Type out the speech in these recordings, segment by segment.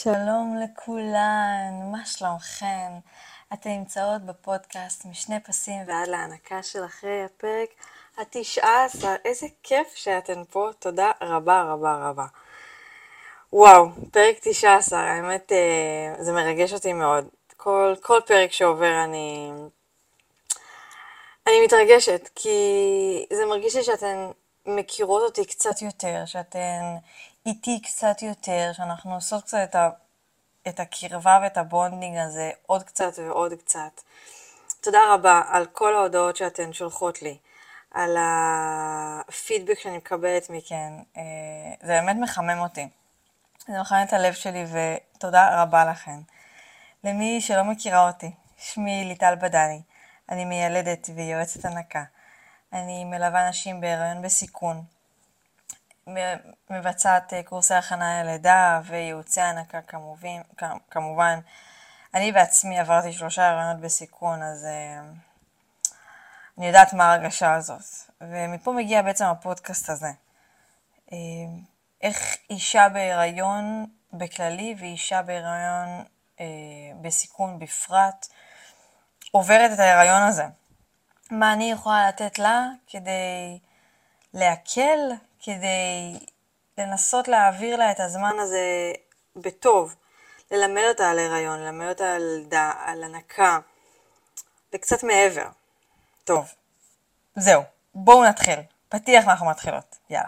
שלום לכולן, מה שלומכן? אתן נמצאות בפודקאסט משני פסים ועד להנקה של אחרי הפרק ה-19. איזה כיף שאתן פה, תודה רבה רבה רבה. וואו, פרק 19, האמת זה מרגש אותי מאוד. כל פרק שעובר אני מתרגשת, כי זה מרגיש לי שאתן מכירות אותי קצת יותר, שאתן איתי קצת יותר, שאנחנו עושות קצת את הקרבה ואת הבונדינג הזה עוד קצת ועוד קצת. תודה רבה על כל ההודעות שאתן שולחות לי, על הפידבק שאני מקבלת מכן. זה באמת מחמם אותי. זה מחמם את הלב שלי ותודה רבה לכן. למי שלא מכירה אותי, שמי ליטל בדני. אני מיילדת ויועצת הנקה. אני מלווה נשים בהיריון בסיכון. מבצעת קורסי הכנה ללידה וייעוצי הנקה כמובן. אני בעצמי עברתי 3 הריונות בסיכון, אז אני יודעת מה הרגשה הזאת. ומפה מגיע בעצם הפודקאסט הזה. איך אישה בהיריון בכללי ואישה בהיריון בסיכון בפרט עוברת את ההיריון הזה. מה אני יכולה לתת לה כדי להקל, כדי לנסות להעביר לה את הזמן הזה בטוב, ללמד אותה על הריון, ללמד אותה על לידה, על הנקה, וקצת מעבר. טוב, זהו, בואו נתחיל. פתיח אנחנו מתחילות, יאללה.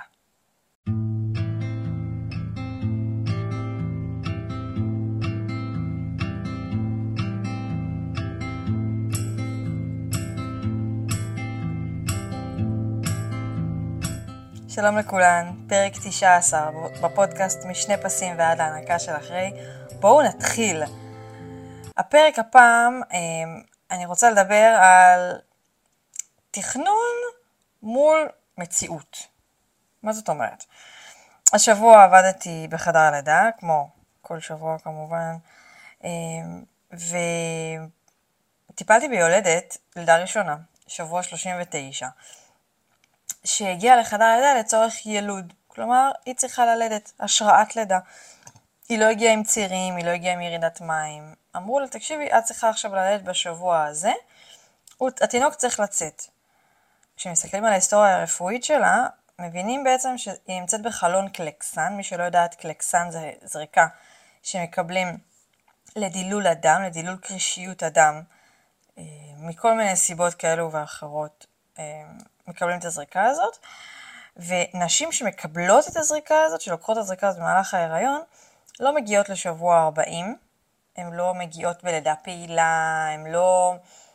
שלום לכולן, פרק 19 בפודקאסט משני פסים ועד להנקה של אחרי. בואו נתחיל. הפרק הפעם אני רוצה לדבר על תכנון מול מציאות. מה זאת אומרת? השבוע עבדתי בחדר הלידה, כמו כל שבוע כמובן, וטיפלתי ביולדת לידה ראשונה, שבוע 39. שהגיעה לחדר הלידה לצורך ילוד. כלומר, היא צריכה ללדת, השראת לידה. היא לא הגיעה עם צירים, היא לא הגיעה עם ירידת מים. אמרו לה, תקשיבי, את צריכה עכשיו ללדת בשבוע הזה, התינוק צריך לצאת. כשמסתכלים על ההיסטוריה הרפואית שלה, מבינים בעצם שהיא נמצאת בחלון קלקסן. מי שלא יודעת, קלקסן זה זריקה שמקבלים לדילול הדם, לדילול קרישיות הדם, מכל מיני סיבות כאלו ואחרות. מקבלים את הזריקה הזאת, ונשים שמקבלות את הזריקה הזאת, שלוקחות את הזריקה הזאת במהלך ההיריון, לא מגיעות לשבוע 40, הן לא מגיעות בלידה פעילה, הן לא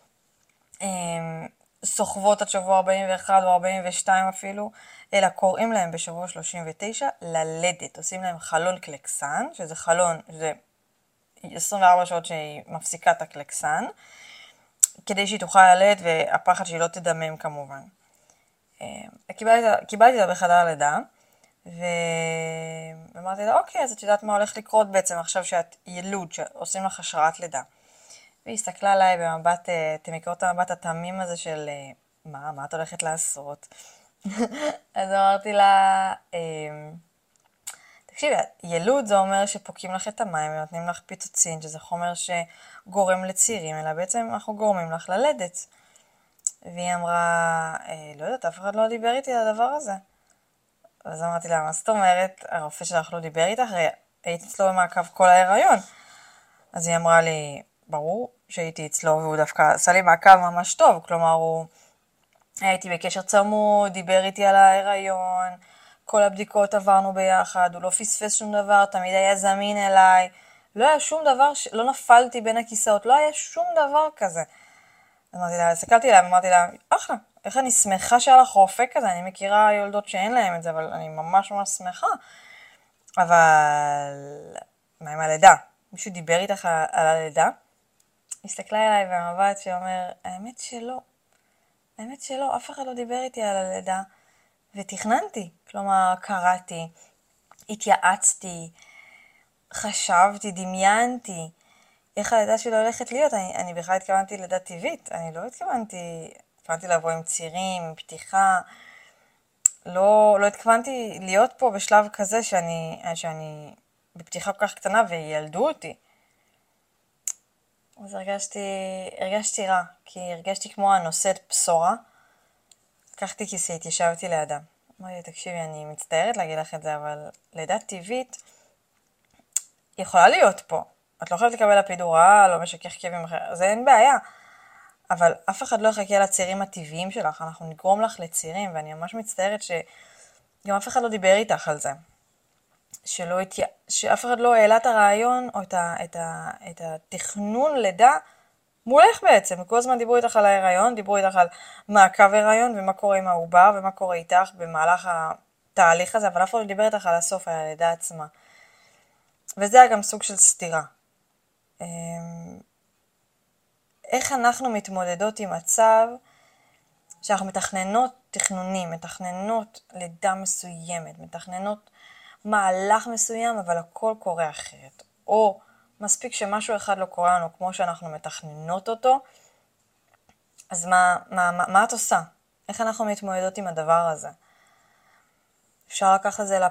סוחבות עד שבוע 41 או 42 אפילו, אלא קוראים להם בשבוע 39 ללדת, עושים להם חלון קלקסן, שזה חלון, זה 24 שעות שהיא מפסיקה את הקלקסן, כדי שהיא תוכל ללדת, והפחד שהיא לא תדמם כמובן. קיבלתי אותה בחדר הלידה, ואמרתי לה, אוקיי, אז את יודעת מה הולך לקרות בעצם עכשיו שאת ילוד, שעושים לך השראת לידה. והיא הסתכלה עליי במבט, אתם מכירות את המבט התמים הזה של, מה את הולכת לעשות? אז אמרתי לה, תקשיבי, ילוד זה אומר שפוקים לך את המים ונותנים לך פיצוצין, שזה חומר שגורם לצירים, אלא בעצם אנחנו גורמים לך ללדת. והיא אמרה, לא יודעת, אף אחד לא דיבר איתי על הדבר הזה. אז אמרתי לה, מה זאת אומרת? הרופא שלך לא דיבר איתך? הייתי אצלו במעקב כל ההיריון. אז היא אמרה לי, ברור שהייתי אצלו, והוא דווקא עשה לי מעקב ממש טוב. כלומר, הייתי בקשר צמוד, דיבר איתי על ההיריון, כל הבדיקות עברנו ביחד, הוא לא פספס שום דבר, תמיד היה זמין אליי. לא היה שום דבר, לא נפלתי בין הכיסאות, לא היה שום דבר כזה. הסתכלתי עליה ואמרתי לה, אחלה, איך אני שמחה שהיה לך רופא כזה, אני מכירה יולדות שאין להם את זה, אבל אני ממש ממש שמחה. אבל מה עם הלידה? מישהו דיבר איתך על הלידה? הסתכלה אליי במבט שאומר, האמת שלא, אף אחד לא דיבר איתי על הלידה. ותכננתי, כלומר קראתי, התייעצתי, חשבתי, דמיינתי, איך הלידה שלי הולכת להיות. אני בכלל התכוונתי לידה טבעית, אני לא התכוונתי לבוא עם צירים, עם פתיחה, לא התכוונתי להיות פה בשלב כזה שאני בפתיחה כל כך קטנה וילדו אותי. אז הרגשתי רע, כי הרגשתי כמו הנושאת בשורה. לקחתי כיסא, התיישבתי לידה. אמרתי, תקשיבי, אני מצטערת להגיד לך את זה, אבל לידה טבעית יכולה להיות פה. את לא יכולת לקבל אפידורל, או משכך כאבים אחר, זה אין בעיה. אבל אף אחד לא יחכה לצירים הטבעיים שלך, אנחנו נגרום לך לצירים, ואני ממש מצטערת שגם אף אחד לא דיבר איתך על זה. שאף אחד לא העלה את הרעיון, או את התכנון לידה מולך בעצם. כל הזמן דיברו איתך על ההיריון, דיברו איתך על מעקב הריון, ומה קורה עם העובר, ומה קורה איתך במהלך התהליך הזה, אבל אף אחד לא דיבר איתך על הסוף, על הלידה עצמה. וזה היה גם סוג של סתירה. איך אנחנו מתמודדות עם מצב שאנחנו מתכננות תכנונים, מתכננות לידה מסוימת, מתכננות מהלך מסוים, אבל הכל קורה אחרת. או מספיק שמשהו אחד לא קורה לנו כמו שאנחנו מתכננות אותו, אז מה את עושה? איך אנחנו מתמודדות עם הדבר הזה? אפשר לקחת את זה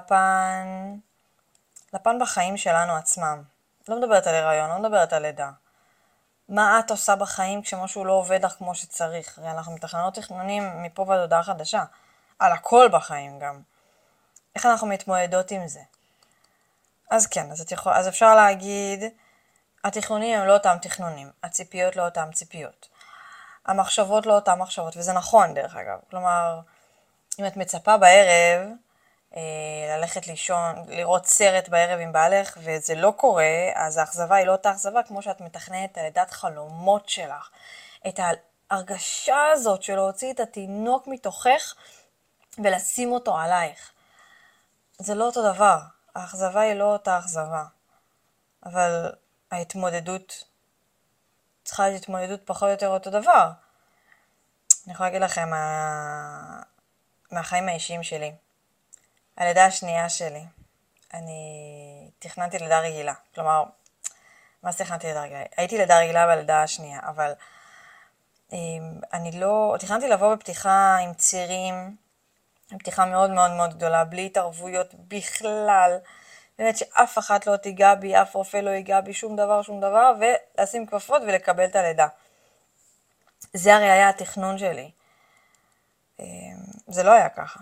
לפן בחיים שלנו עצמם. לא מדברת על הריון, לא מדברת על לידה. מה את עושה בחיים כשמשהו לא עובד לך כמו שצריך? הרי אנחנו מתכננות תכנונים מפה ועד הודעה חדשה. על הכל בחיים גם. איך אנחנו מתמודדות עם זה? אז כן, אז אפשר להגיד, התכנונים הם לא אותם תכנונים, הציפיות לא אותם ציפיות. המחשבות לא אותם מחשבות, וזה נכון דרך אגב. כלומר, אם את מצפה בערב, ללכת לישון, לראות סרט בערב עם בעלך, וזה לא קורה, אז האכזבה היא לא אותה אכזבה, כמו שאת מתכננת על לידת חלומות שלך. את ההרגשה הזאת של להוציא את התינוק מתוכך, ולשים אותו עלייך. זה לא אותו דבר. האכזבה היא לא אותה אכזבה. אבל ההתמודדות צריכה להיות התמודדות פחות או יותר אותו דבר. אני יכולה להגיד לכם מהחיים האישיים שלי. הלידה השנייה שלי, אני תכננתי לידה רגילה. כלומר, מה תכננתי לידה רגילה? הייתי לידה רגילה בלידה השנייה, אבל אני לא, תכננתי לבוא בפתיחה עם צירים, פתיחה מאוד מאוד מאוד גדולה, בלי התערבויות בכלל, באמת שאף אחת לא תיגע בי, אף רופא לא ייגע בי, שום דבר, ולשים כפפות ולקבל את הלידה. זה הרי היה התכנון שלי. זה לא היה ככה.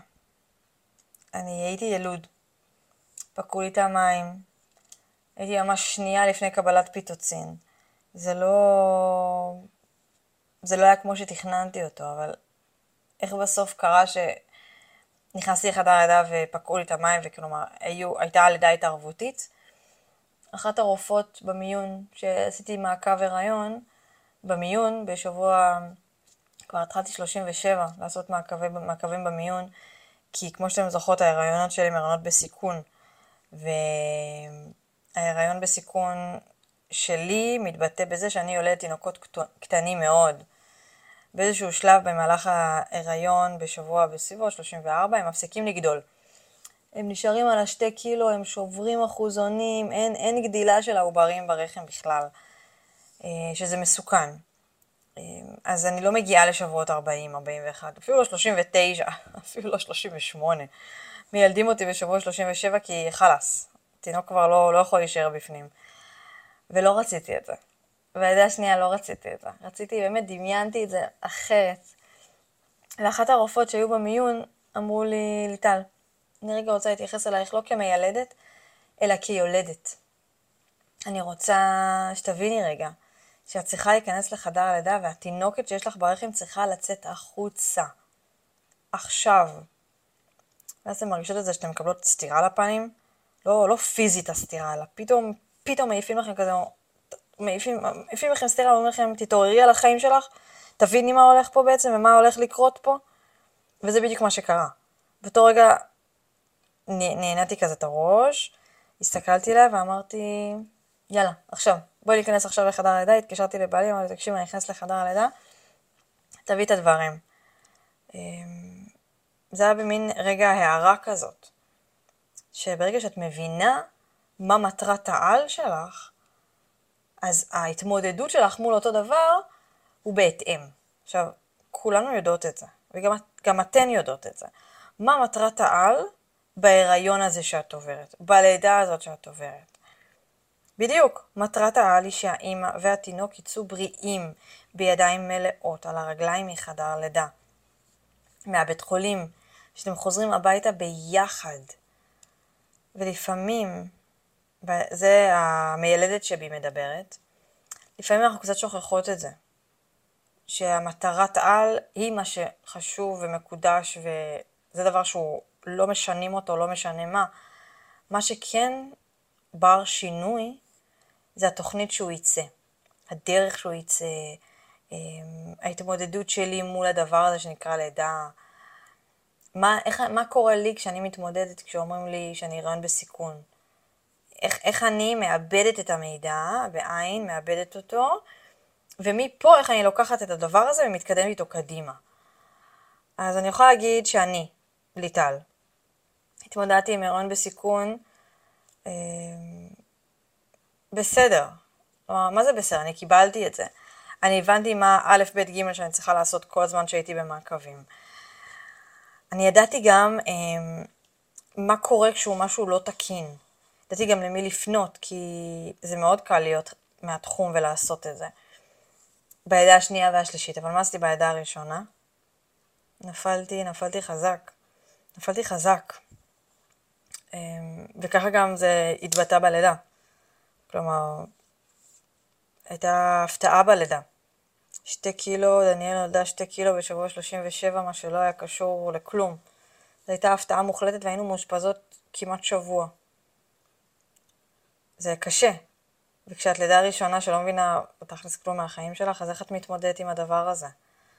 אני הייתי ילוד, פקעו לי את המים, הייתי ממש שנייה לפני קבלת פיטוצין. זה לא היה כמו שתכננתי אותו, אבל איך בסוף קרה שנכנסתי לחדר הלידה ופקעו לי את המים, וכלומר הייתה הלידה התערבותית. אחת הרופאות במיון שעשיתי מעקב הריון, במיון בשבוע, כבר התחלתי 37 לעשות מעקבים במיון, כי כמו שאתם זוכרות, ההיריונות שלי הם הריונות בסיכון, וההיריון בסיכון שלי מתבטא בזה שאני יולדת תינוקות קטנים מאוד. באיזשהו שלב במהלך ההיריון בשבוע בסביבות 34, הם מפסיקים לגדול. הם נשארים על 2 קילו, הם שוברים אחוזונים, אין גדילה של העוברים ברחם בכלל, שזה מסוכן. אז אני לא מגיעה לשבועות 40, 41, אפילו לא 39, אפילו לא 38. מילדים אותי בשבוע 37 כי חלס, תינוק כבר לא יכול להישאר בפנים. ולא רציתי את זה. והלידה השנייה לא רציתי את זה. רציתי, באמת דמיינתי את זה אחרת. ואחת הרופאות שהיו במיון אמרו לי, ליטל, אני רגע רוצה להתייחס אלייך לא כמיילדת, אלא כיולדת. אני רוצה שתביני רגע, שאת צריכה להיכנס לחדר הלידה, והתינוקת שיש לך ברחם צריכה לצאת החוצה. עכשיו. ואז אתם מרגישות את זה שאתם מקבלות סתירה לפנים? לא פיזית הסתירה, אלא פתאום מעיפים לכם כזה, מעיפים לכם סתירה, ואומרים לכם, תתעוררי על החיים שלך, תביני מה הולך פה בעצם, ומה הולך לקרות פה, וזה בדיוק מה שקרה. באותו רגע נהניתי כזה את הראש, הסתכלתי עליה ואמרתי, יאללה, עכשיו, בואי להיכנס עכשיו לחדר הלידה, התקשרתי לבעלי, אמרתי, תקשיב, אני נכנס לחדר הלידה, תביא את הדברים. זה היה במין רגע הערה כזאת, שברגע שאת מבינה מה מטרת העל שלך, אז ההתמודדות שלך מול אותו דבר הוא בהתאם. עכשיו, כולנו יודעות את זה, וגם אתן יודעות את זה. מה מטרת העל בהיריון הזה שאת עוברת, בלידה הזאת שאת עוברת. בדיוק, מטרת העל היא שהאימא והתינוק יצאו בריאים בידיים מלאות על הרגליים מחדר לידה. מהבית חולים, שאתם חוזרים הביתה ביחד. ולפעמים, זה המיילדת שבי מדברת, לפעמים אנחנו קצת שוכחות את זה. שהמטרת על היא מה שחשוב ומקודש, וזה דבר שהוא לא משנים אותו, לא משנה מה. מה שכן בר שינוי, זה התוכנית שהוא יצא. הדרך שהוא יצא, ההתמודדות שלי מול הדבר הזה שנקרא לידה. מה קורה לי כשאני מתמודדת, כשאומרים לי שאני הריון בסיכון? איך אני מאבדת את המידע, בעין, מאבדת אותו, ומפה איך אני לוקחת את הדבר הזה ומתקדמת איתו קדימה. אז אני יכולה להגיד שאני, ליטל, התמודדתי עם הריון בסיכון, בסדר. מה זה בסדר? אני קיבלתי את זה. אני הבנתי מה א', ב', ג' שאני צריכה לעשות כל הזמן שהייתי במעקבים. אני ידעתי גם מה קורה כשהוא משהו לא תקין. ידעתי גם למי לפנות, כי זה מאוד קל להיות מהתחום ולעשות את זה. בידה השנייה והשלישית, אבל מה עשיתי בידה הראשונה? נפלתי חזק. נפלתי חזק. וככה גם זה התבטא בלידה. כלומר, הייתה הפתעה בלידה. 2 קילו, דניאל נולדה 2 קילו בשבוע 37, מה שלא היה קשור לכלום. זו הייתה הפתעה מוחלטת והיינו מאושפזות כמעט שבוע. זה קשה. וכשאת לידה ראשונה שלא מבינה תכלס כלום מהחיים שלך, אז איך את מתמודדת עם הדבר הזה?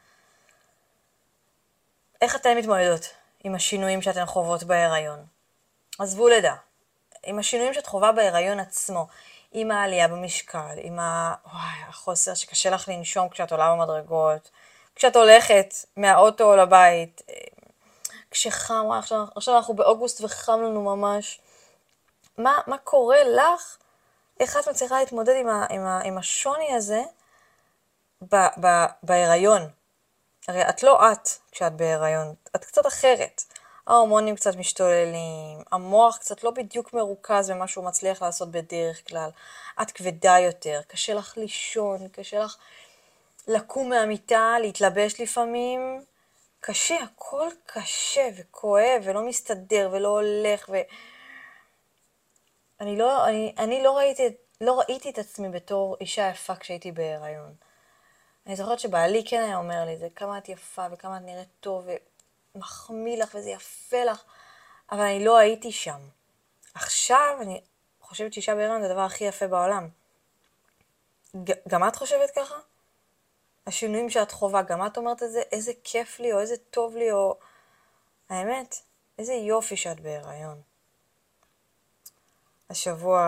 איך אתן מתמודדות עם השינויים שאתן חוות בהיריון? עזבו לידה. עם השינויים שאת חובה בהיריון עצמו, עם העלייה במשקל, עם החוסר שקשה לך לנשום כשאת עולה במדרגות, כשאת הולכת מהאוטו לבית, כשחם, עכשיו אנחנו באוגוסט וחם לנו ממש. מה קורה לך? איך את מצליחה להתמודד עם השוני הזה בהיריון? הרי את לא את כשאת בהיריון, את קצת אחרת. ההורמונים קצת משתוללים, המוח קצת לא בדיוק מרוכז במה שהוא מצליח לעשות בדרך כלל. את כבדה יותר, קשה לך לישון, קשה לך לקום מהמיטה, להתלבש לפעמים. קשה, הכל קשה וכואב ולא מסתדר ולא הולך. אני לא ראיתי את עצמי בתור אישה יפה כשהייתי בהיריון. אני זוכרת שבעלי כן היה אומר לי, זה כמה את יפה וכמה את נראית טוב ומחמיא לך וזה יפה לך, אבל אני לא הייתי שם. עכשיו אני חושבת שאישה בהיריון זה הדבר הכי יפה בעולם. גם את חושבת ככה? השינויים שאת חובה, גם את אומרת את זה, איזה כיף לי או איזה טוב לי, או האמת, איזה יופי שאת בהיריון. השבוע,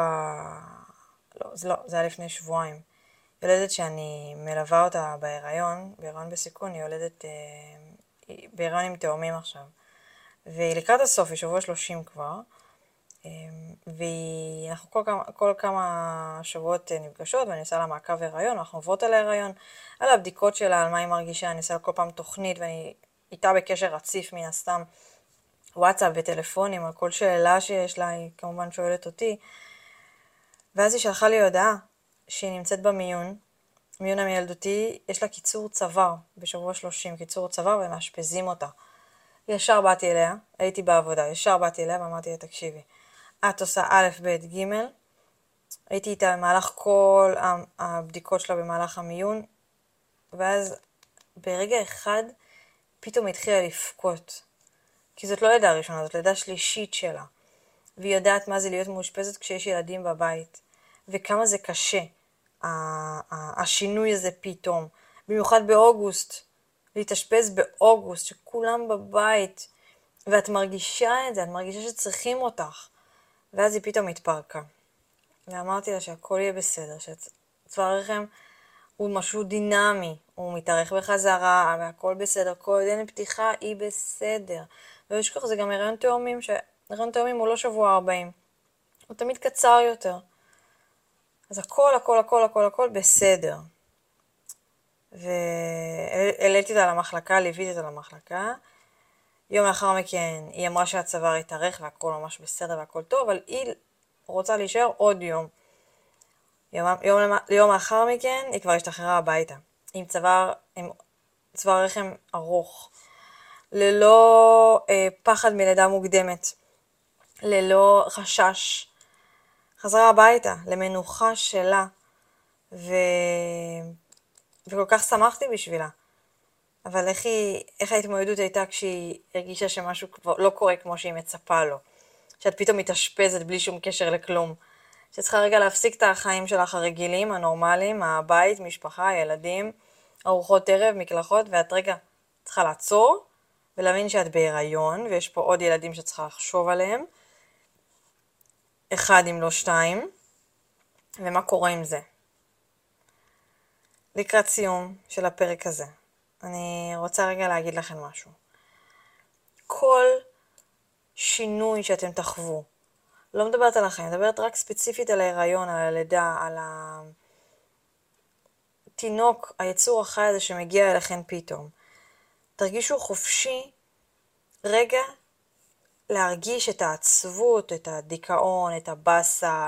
זה היה לפני שבועיים. יולדת שאני מלווה אותה בהיריון בסיכון, היא יולדת בהיריון עם תאומים עכשיו. והיא לקראת הסוף, היא שבוע 30 כבר, ואנחנו כל כמה שבועות נפגשות, ואני עושה לה מעקב הריון, אנחנו עוברות על ההיריון, על הבדיקות שלה, על מה היא מרגישה, אני עושה לה כל פעם תוכנית, ואני איתה בקשר רציף מן הסתם, וואטסאפ וטלפונים, על כל שאלה שיש לה, היא כמובן שואלת אותי, ואז היא שלחה לי הודעה שהיא נמצאת במיון, מיון המילדותי, יש לה קיצור צוואר בשבוע 30, קיצור צוואר, ומאשפזים אותה. ישר באתי אליה, הייתי בעבודה, ישר באתי אליה ואמרתי לה, תקשיבי, את עושה א', ב', ג', הייתי איתה במהלך כל הבדיקות שלה במהלך המיון, ואז ברגע אחד פתאום התחילה לפקות. כי זאת לא לידה ראשונה, זאת לידה שלישית שלה. והיא יודעת מה זה להיות מאושפזת כשיש ילדים בבית. וכמה זה קשה, השינוי הזה פתאום. במיוחד באוגוסט, להתאשפז באוגוסט, שכולם בבית, ואת מרגישה את זה, את מרגישה שצריכים אותך. ואז היא פתאום התפרקה. ואמרתי לה שהכל יהיה בסדר, שצוואר הרחם הוא משהו דינמי, הוא מתארך בחזרה, והכל בסדר, כל דין פתיחה היא בסדר. ויש ככה, זה גם הריון תאומים, שהריון תאומים הוא לא שבוע 40, הוא תמיד קצר יותר. אז הכל בסדר. והעליתי אותה למחלקה, ליוויתי אותה למחלקה, יום לאחר מכן היא אמרה שהצוואר התארך והכל ממש בסדר והכל טוב, אבל היא רוצה להישאר עוד יום. יום לאחר מכן היא כבר השתחררה הביתה, עם צוואר רחם ארוך, ללא פחד מלידה מוקדמת, ללא חשש. חזרה הביתה למנוחה שלה, וכל כך שמחתי בשבילה. אבל איך ההתמודדות הייתה כשהיא הרגישה שמשהו כבר לא קורה כמו שהיא מצפה לו. שאת פתאום מתאשפזת בלי שום קשר לכלום. שצריכה רגע להפסיק את החיים שלך הרגילים, הנורמליים, הבית, משפחה, ילדים, ארוחות ערב, מקלחות, ואת רגע צריכה לעצור ולהבין שאת בהיריון, ויש פה עוד ילדים שצריכה לחשוב עליהם. אחד אם לא שתיים. ומה קורה עם זה? לקראת סיום של הפרק הזה, אני רוצה רגע להגיד לכם משהו. כל שינוי שאתם תחוו, לא מדברת עליכם, מדברת רק ספציפית על ההיריון, על הלידה, על התינוק, היצור החי הזה שמגיע אליכם פתאום. תרגישו חופשי רגע להרגיש את העצבות, את הדיכאון, את הבאסה,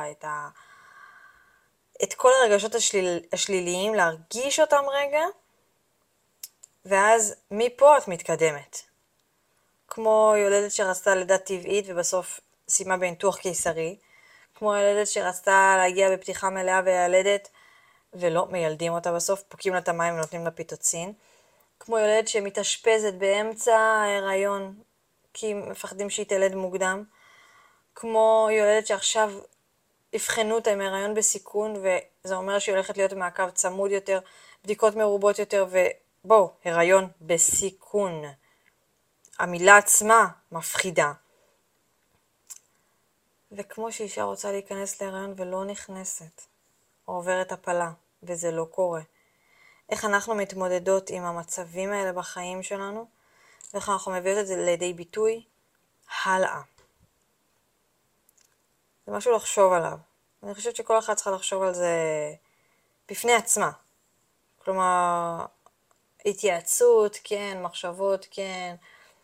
את כל הרגשות השליליים, להרגיש אותם רגע, ואז מפה את מתקדמת. כמו יולדת שרצתה לידה טבעית ובסוף סיימה בניתוח קיסרי, כמו יולדת שרצתה להגיע בפתיחה מלאה וילדת ולא מילדים אותה בסוף, פוקים לה את המים ונותנים לה פיטוצין, כמו יולדת שמתאשפזת באמצע ההיריון כי מפחדים שהיא תלד מוקדם, כמו יולדת שעכשיו יבחנו אותה עם הריון בסיכון, וזה אומר שהיא הולכת להיות מעקב צמוד יותר, בדיקות מרובות יותר, ובואו, הריון בסיכון. המילה עצמה מפחידה. וכמו שאישה רוצה להיכנס להיריון ולא נכנסת, או עוברת הפלה, וזה לא קורה. איך אנחנו מתמודדות עם המצבים האלה בחיים שלנו, ואיך אנחנו מביאות את זה לידי ביטוי הלאה. זה משהו לחשוב עליו. אני חושבת שכל אחד צריכה לחשוב על זה בפני עצמה. כלומר, התייעצות, כן, מחשבות, כן,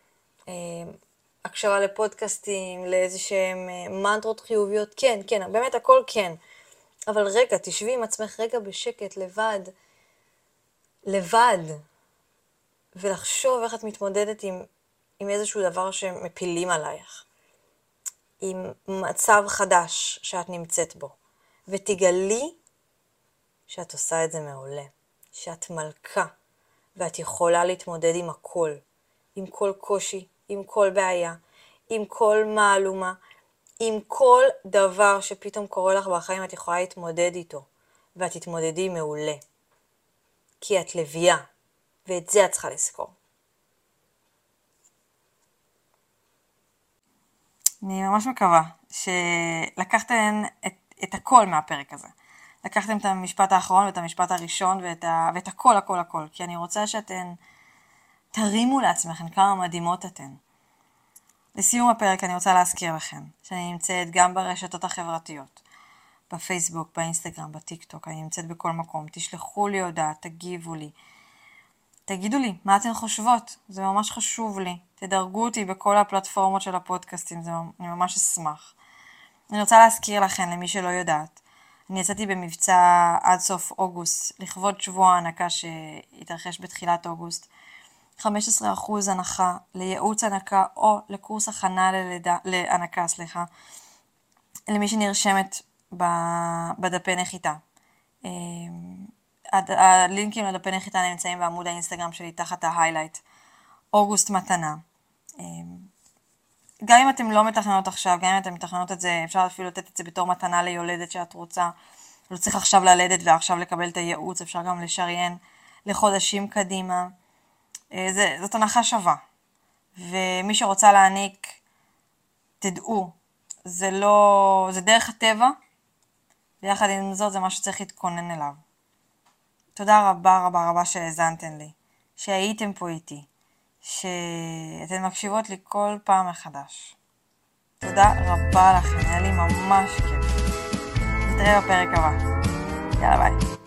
הקשבה לפודקאסטים, לאיזשהם מנטרות חיוביות, כן, כן, באמת הכל כן. אבל רגע, תשבי עם עצמך רגע בשקט, לבד, ולחשוב איך את מתמודדת עם איזשהו דבר שמפילים עלייך. עם מצב חדש שאת נמצאת בו, ותגלי שאת עושה את זה מעולה, שאת מלכה, ואת יכולה להתמודד עם הכל, עם כל קושי, עם כל בעיה, עם כל מעלומה, עם כל דבר שפתאום קורה לך בחיים, את יכולה להתמודד איתו, ואת תתמודדי מעולה, כי את לביאה, ואת זה את צריכה לזכור. אני ממש מקווה שלקחתם את הכל מהפרק הזה. לקחתם את המשפט האחרון ואת המשפט הראשון ואת הכל, הכל, הכל. כי אני רוצה שאתן תרימו לעצמכם כמה מדהימות אתן. לסיום הפרק אני רוצה להזכיר לכם שאני נמצאת גם ברשתות החברתיות. בפייסבוק, באינסטגרם, בטיקטוק. אני נמצאת בכל מקום. תשלחו לי הודעה, תגיבו לי. תגידו לי, מה אתן חושבות? זה ממש חשוב לי. תדרגו אותי בכל הפלטפורמות של הפודקאסטים, אני ממש אשמח. אני רוצה להזכיר לכם, למי שלא יודעת, אני יצאתי במבצע עד סוף אוגוסט, לכבוד שבוע ההנקה שהתרחש בתחילת אוגוסט. 15% הנחה לייעוץ הנקה או לקורס הכנה להנקה, למי שנרשמת בדפי נחיתה. הלינקים לדפי נחיתה נמצאים בעמוד האינסטגרם שלי תחת ההיילייט. אוגוסט מתנה. גם אם אתם לא מתכננות עכשיו, גם אם אתם מתכננות את זה, אפשר אפילו לתת את זה בתור מתנה ליולדת שאת רוצה. לא צריך עכשיו ללדת ועכשיו לקבל את הייעוץ, אפשר גם לשריין לחודשים קדימה. זאת הנחה שווה. ומי שרוצה להעניק, תדעו, זה דרך הטבע, ויחד עם זאת זה מה שצריך להתכונן אליו. תודה רבה רבה רבה שהאזנתן לי, שהייתם פה איתי, שאתן מקשיבות לי כל פעם מחדש. תודה רבה לכם, היה לי ממש כיף. נתראה בפרק הבא. יאללה ביי.